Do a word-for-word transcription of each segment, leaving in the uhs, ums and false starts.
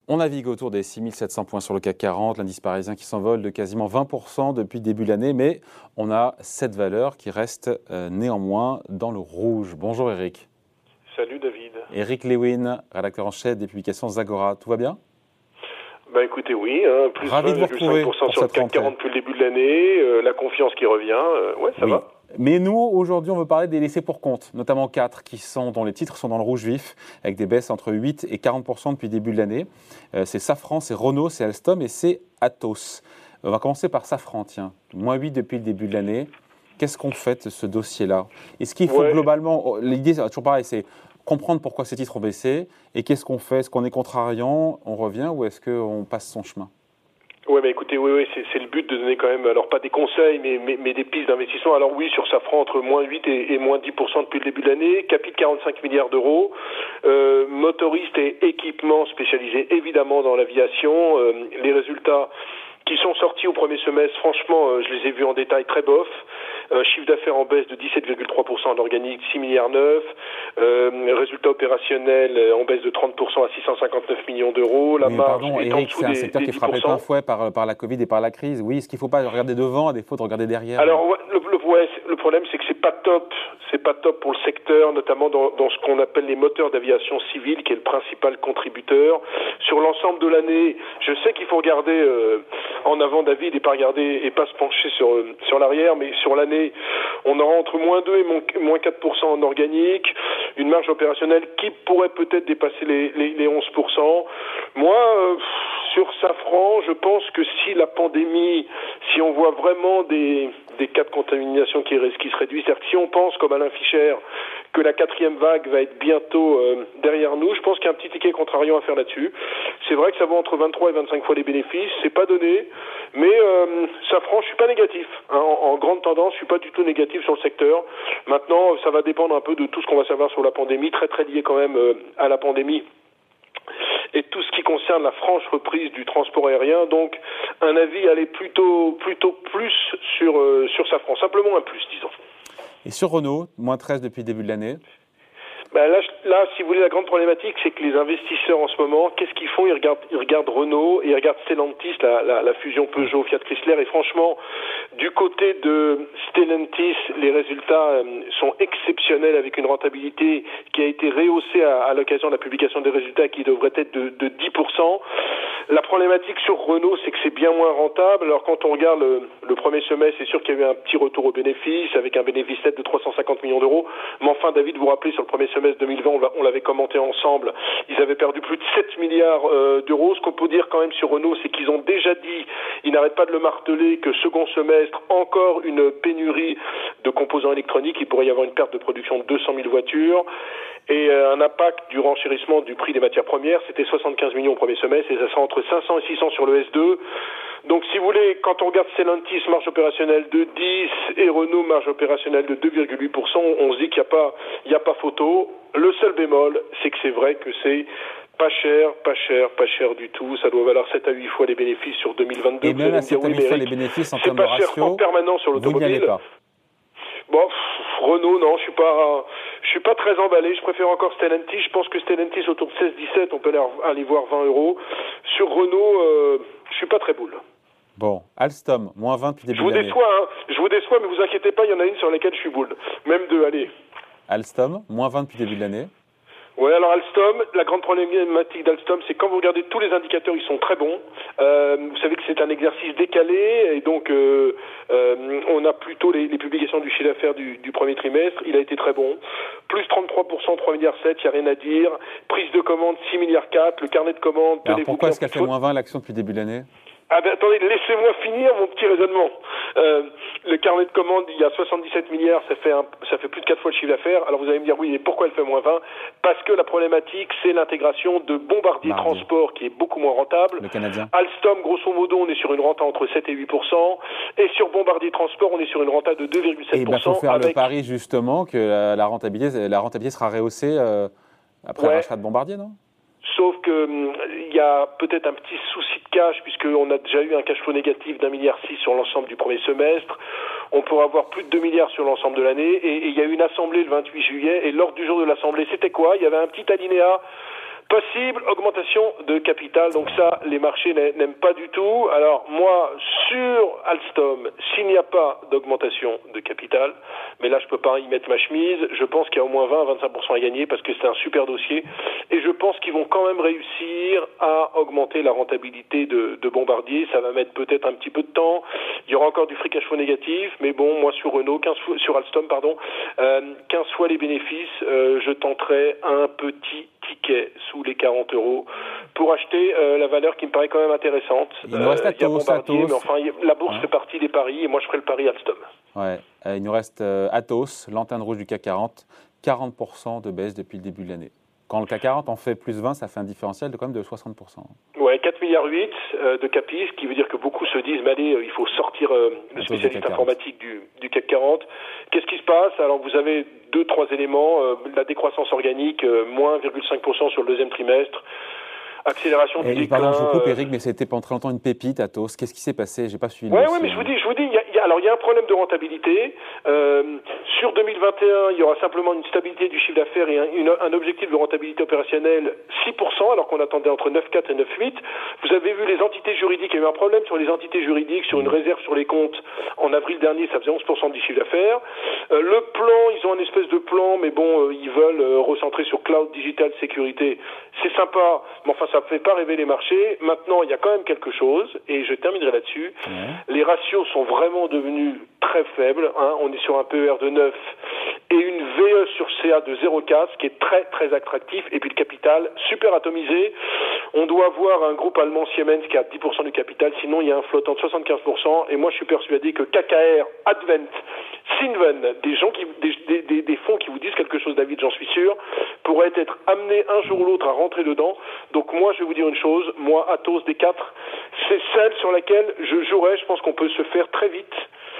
On navigue autour des six mille sept cents points sur le C A C quarante, l'indice parisien qui s'envole de quasiment vingt pour cent depuis le début de l'année, mais on a sept valeurs qui restent euh, néanmoins dans le rouge. Bonjour Eric. Salut David. Eric Lewin, rédacteur en chef des publications Zagora. Tout va bien ? Bah écoutez, oui, hein, plus Ravi de vous retrouver pour sur le C A C quarante depuis le début de l'année, euh, la confiance qui revient, euh, ouais, ça oui. va. Mais nous, aujourd'hui, on veut parler des laissés pour compte, notamment quatre, qui sont, dont les titres sont dans le rouge vif, avec des baisses entre huit et quarante pour cent depuis le début de l'année. Euh, c'est Safran, c'est Renault, c'est Alstom et c'est Atos. On va commencer par Safran, tiens, moins huit depuis le début de l'année. Qu'est-ce qu'on fait de ce dossier-là ? Est-ce qu'il faut ouais. globalement, l'idée, c'est toujours pareil, c'est comprendre pourquoi ces titres ont baissé et qu'est-ce qu'on fait ? Est-ce qu'on est contrariant, on revient ou est-ce qu'on passe son chemin ? Oui, mais écoutez, oui, oui, c'est, c'est le but de donner quand même, alors pas des conseils, mais, mais, mais des pistes d'investissement. Alors oui, sur Safran, entre moins huit et, et moins dix pour cent depuis le début de l'année, capite quarante-cinq milliards d'euros, euh, motoriste et équipement spécialisé évidemment dans l'aviation, euh, les résultats qui sont sortis au premier semestre, franchement, euh, je les ai vus en détail très bof. Euh, chiffre d'affaires en baisse de dix-sept virgule trois pour cent en organique, six virgule neuf milliards. Euh, résultat opérationnel euh, en baisse de trente pour cent à six cent cinquante-neuf millions d'euros. La oui, marge pardon, est Eric, en dessous c'est un des, secteur des qui est frappé plein fouet par, par la Covid et par la crise. Oui, est-ce qu'il ne faut pas regarder devant à défaut de regarder derrière ? Alors, ouais, le, le, ouais, le problème, c'est que c'est pas top. C'est pas top pour le secteur, notamment dans, dans ce qu'on appelle les moteurs d'aviation civile, qui est le principal contributeur. Sur l'ensemble de l'année, je sais qu'il faut regarder euh, en avant, David, et pas regarder et pas se pencher sur sur l'arrière, mais sur l'année, on aura entre moins deux et moins quatre pour cent en organique, une marge opérationnelle qui pourrait peut-être dépasser les, les, les onze pour cent. Moi, euh, sur Safran, je pense que si la pandémie, si on voit vraiment des, des cas de contamination qui, qui se réduisent, c'est-à-dire que si on pense, comme Alain Fischer, que la quatrième vague va être bientôt euh, derrière nous, je pense qu'il y a un petit ticket contrariant à faire là-dessus. C'est vrai que ça vaut entre vingt-trois et vingt-cinq fois les bénéfices, c'est pas donné, mais euh, Safran, je suis pas négatif. Hein, en, en grande tendance, je suis pas du tout négatif sur le secteur. Maintenant, ça va dépendre un peu de tout ce qu'on va savoir sur la pandémie, très très lié quand même euh, à la pandémie. Et tout ce qui concerne la franche reprise du transport aérien, donc un avis allait plutôt plutôt plus sur euh, sur Safran, simplement un plus, disons. Et sur Renault, moins treize depuis le début de l'année. Ben là, là, si vous voulez, la grande problématique, c'est que les investisseurs en ce moment, qu'est-ce qu'ils font ? Ils regardent, ils regardent Renault et ils regardent Stellantis, la, la, la fusion Peugeot, Fiat Chrysler. Et franchement, du côté de Stellantis, les résultats euh, sont exceptionnels avec une rentabilité qui a été rehaussée à, à l'occasion de la publication des résultats qui devrait être de, de dix pour cent. La problématique sur Renault, c'est que c'est bien moins rentable. Alors quand on regarde le, le premier semestre, c'est sûr qu'il y a eu un petit retour au bénéfice avec un bénéfice net de trois cent cinquante millions d'euros. Mais enfin, David, vous vous rappelez, sur le premier semestre deux mille vingt, on l'avait commenté ensemble, ils avaient perdu plus de sept milliards euh, d'euros. Ce qu'on peut dire quand même sur Renault, c'est qu'ils ont déjà dit, ils n'arrêtent pas de le marteler, que second semestre, encore une pénurie de composants électroniques, il pourrait y avoir une perte de production de deux cent mille voitures et euh, un impact du renchérissement du prix des matières premières, c'était soixante-quinze millions au premier semestre et ça sera entre cinq cents et six cents sur le S deux. Donc si vous voulez, quand on regarde Stellantis, marge opérationnelle de dix et Renault, marge opérationnelle de deux virgule huit pour cent, on se dit qu'il n'y a pas, il n'y a pas photo. Le seul bémol, c'est que c'est vrai que c'est pas cher, pas cher, pas cher du tout. Ça doit valoir sept à huit fois les bénéfices sur deux mille vingt-deux. Et même à sept à huit fois les bénéfices en termes de ratio, c'est pas cher en permanence sur l'automobile. Vous n'y allez pas. Bon, pff, Renault, non, je suis pas, je suis pas très emballé. Je préfère encore Stellantis. Je pense que Stellantis autour de seize dix-sept, on peut aller voir vingt euros. Sur Renault, euh, je suis pas très boule. Bon, Alstom, moins vingt depuis le début de l'année. Je vous déçois, hein. Je vous déçois, mais vous inquiétez pas, il y en a une sur laquelle je suis boule. Même deux, allez. Alstom, moins vingt depuis le début de l'année. Oui, alors Alstom, la grande problématique d'Alstom, c'est quand vous regardez tous les indicateurs, ils sont très bons. Euh, vous savez que c'est un exercice décalé, et donc euh, euh, on a plutôt les, les publications du chiffre d'affaires du, du premier trimestre. Il a été très bon. Plus trente-trois pour cent, trois virgule sept milliards, il n'y a rien à dire. Prise de commande, six virgule quatre milliards. Le carnet de commandes... Alors pourquoi est-ce qu'elle fait moins vingt l'action depuis le début de l'année ? Ah ben attendez, laissez-moi finir mon petit raisonnement. Euh, le carnet de commandes, il y a soixante-dix-sept milliards, ça fait un, ça fait plus de quatre fois le chiffre d'affaires. Alors vous allez me dire, oui, mais pourquoi elle fait moins vingt ? Parce que la problématique, c'est l'intégration de Bombardier Mardi. Transport, qui est beaucoup moins rentable. Le Canadien. Alstom, grosso modo, on est sur une renta entre sept et huit pour cent. Et sur Bombardier Transport, on est sur une renta de deux virgule sept pour cent. Et il faut faire avec... le pari, justement, que la, la, rentabilité, la rentabilité sera rehaussée euh, après ouais. le rachat de Bombardier, non ? Sauf que il y a peut-être un petit souci de cash, puisqu'on a déjà eu un cash flow négatif d'un milliard six sur l'ensemble du premier semestre. On pourra avoir plus de deux milliards sur l'ensemble de l'année. Et il y a eu une assemblée le vingt-huit juillet. Et l'ordre du jour de l'assemblée, c'était quoi ? Il y avait un petit alinéa Possible augmentation de capital, donc ça, les marchés n'aiment pas du tout. Alors moi, sur Alstom, s'il n'y a pas d'augmentation de capital, mais là je peux pas y mettre ma chemise, je pense qu'il y a au moins vingt à vingt-cinq pour cent à gagner parce que c'est un super dossier et je pense qu'ils vont quand même réussir à augmenter la rentabilité de, de Bombardier. Ça va mettre peut-être un petit peu de temps, il y aura encore du free cash flow négatif, mais bon, moi sur Renault, quinze fois, sur Alstom, pardon, euh, quinze fois les bénéfices, euh, je tenterai un petit ticket sous les quarante euros pour acheter euh, la valeur qui me paraît quand même intéressante. Il nous reste euh, Atos, il y a Bombardier, Atos. mais enfin, la bourse Ouais. fait partie des paris et moi je ferai le pari Alstom. Ouais. Euh, il nous reste euh, Atos, lanterne rouge du C A C quarante, quarante pour cent de baisse depuis le début de l'année. Quand le C A C quarante en fait plus vingt, ça fait un différentiel de quand même de soixante pour cent. Ouais, quatre virgule huit milliards euh, de capis, ce qui veut dire que beaucoup se disent, mais allez, euh, il faut sortir euh, le Atos spécialiste du C A C informatique du, du C A C quarante. Qu'est-ce qui se passe? Alors vous avez deux, trois éléments. Euh, la décroissance organique, euh, moins un virgule cinq pour cent sur le deuxième trimestre. Accélération du Et, déclin. pardon, je vous coupe, euh, Eric, mais c'était pendant très longtemps une pépite, Atos. Qu'est-ce qui s'est passé? J'ai pas suivi. Ouais, le ouais, dossier, mais je vous hein. dis, je vous dis, il y a, il y a- alors il y a un problème de rentabilité. Euh, sur deux mille vingt et un, il y aura simplement une stabilité du chiffre d'affaires et un, une- un objectif de rentabilité opérationnelle six pour cent, alors qu'on attendait entre neuf virgule quatre et neuf virgule huit. Vous avez vu les entités juridiques, il y a eu un problème sur les entités juridiques, sur une réserve sur les comptes. En avril dernier, ça faisait onze pour cent du chiffre d'affaires. Euh, le plan, ils ont un espèce de plan, mais bon, euh, ils veulent euh, recentrer sur cloud, digital, sécurité. C'est sympa, mais enfin, ça ne fait pas rêver les marchés. Maintenant, il y a quand même quelque chose, et je terminerai là-dessus. Ouais. Les ratios sont vraiment devenus très faibles. Hein. On est sur un P E R de neuf et une V E sur C A de zéro virgule quatre, ce qui est très très attractif. Et puis le capital super atomisé. On doit avoir un groupe allemand Siemens qui a dix pour cent du capital. Sinon, il y a un flottant de soixante-quinze pour cent. Et moi, je suis persuadé que K K R, Advent, Cinven, des gens qui, des, des, des, des fonds qui vous disent quelque chose, David, j'en suis sûr, pourraient être amenés un jour ou l'autre à rentrer dedans. Donc moi, je vais vous dire une chose. Moi, Atos des quatre, c'est celle sur laquelle je jouerai. Je pense qu'on peut se faire très vite.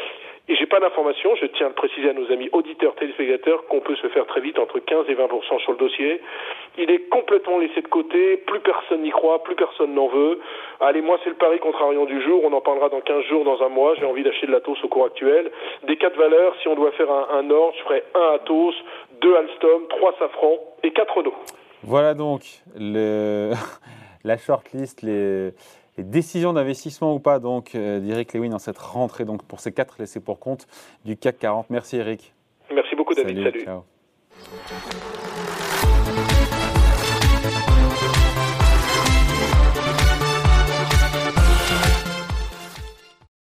Et j'ai pas d'informations, je tiens à le préciser à nos amis auditeurs, téléspectateurs, qu'on peut se faire très vite entre quinze et vingt pour cent sur le dossier. Il est complètement laissé de côté, plus personne n'y croit, plus personne n'en veut. Allez, moi c'est le pari contrariant du jour, on en parlera dans quinze jours, dans un mois, j'ai envie d'acheter de l'Atos au cours actuel. Des quatre valeurs, si on doit faire un, un ordre, je ferai un Atos, deux Alstom, trois Safran et quatre Renault. Voilà donc le... la shortlist, les... les décisions d'investissement ou pas donc euh, d'Eric Lewin dans cette rentrée donc pour ces quatre laissés pour compte du C A C quarante. Merci Eric. Merci beaucoup David, Salut. salut. Ciao.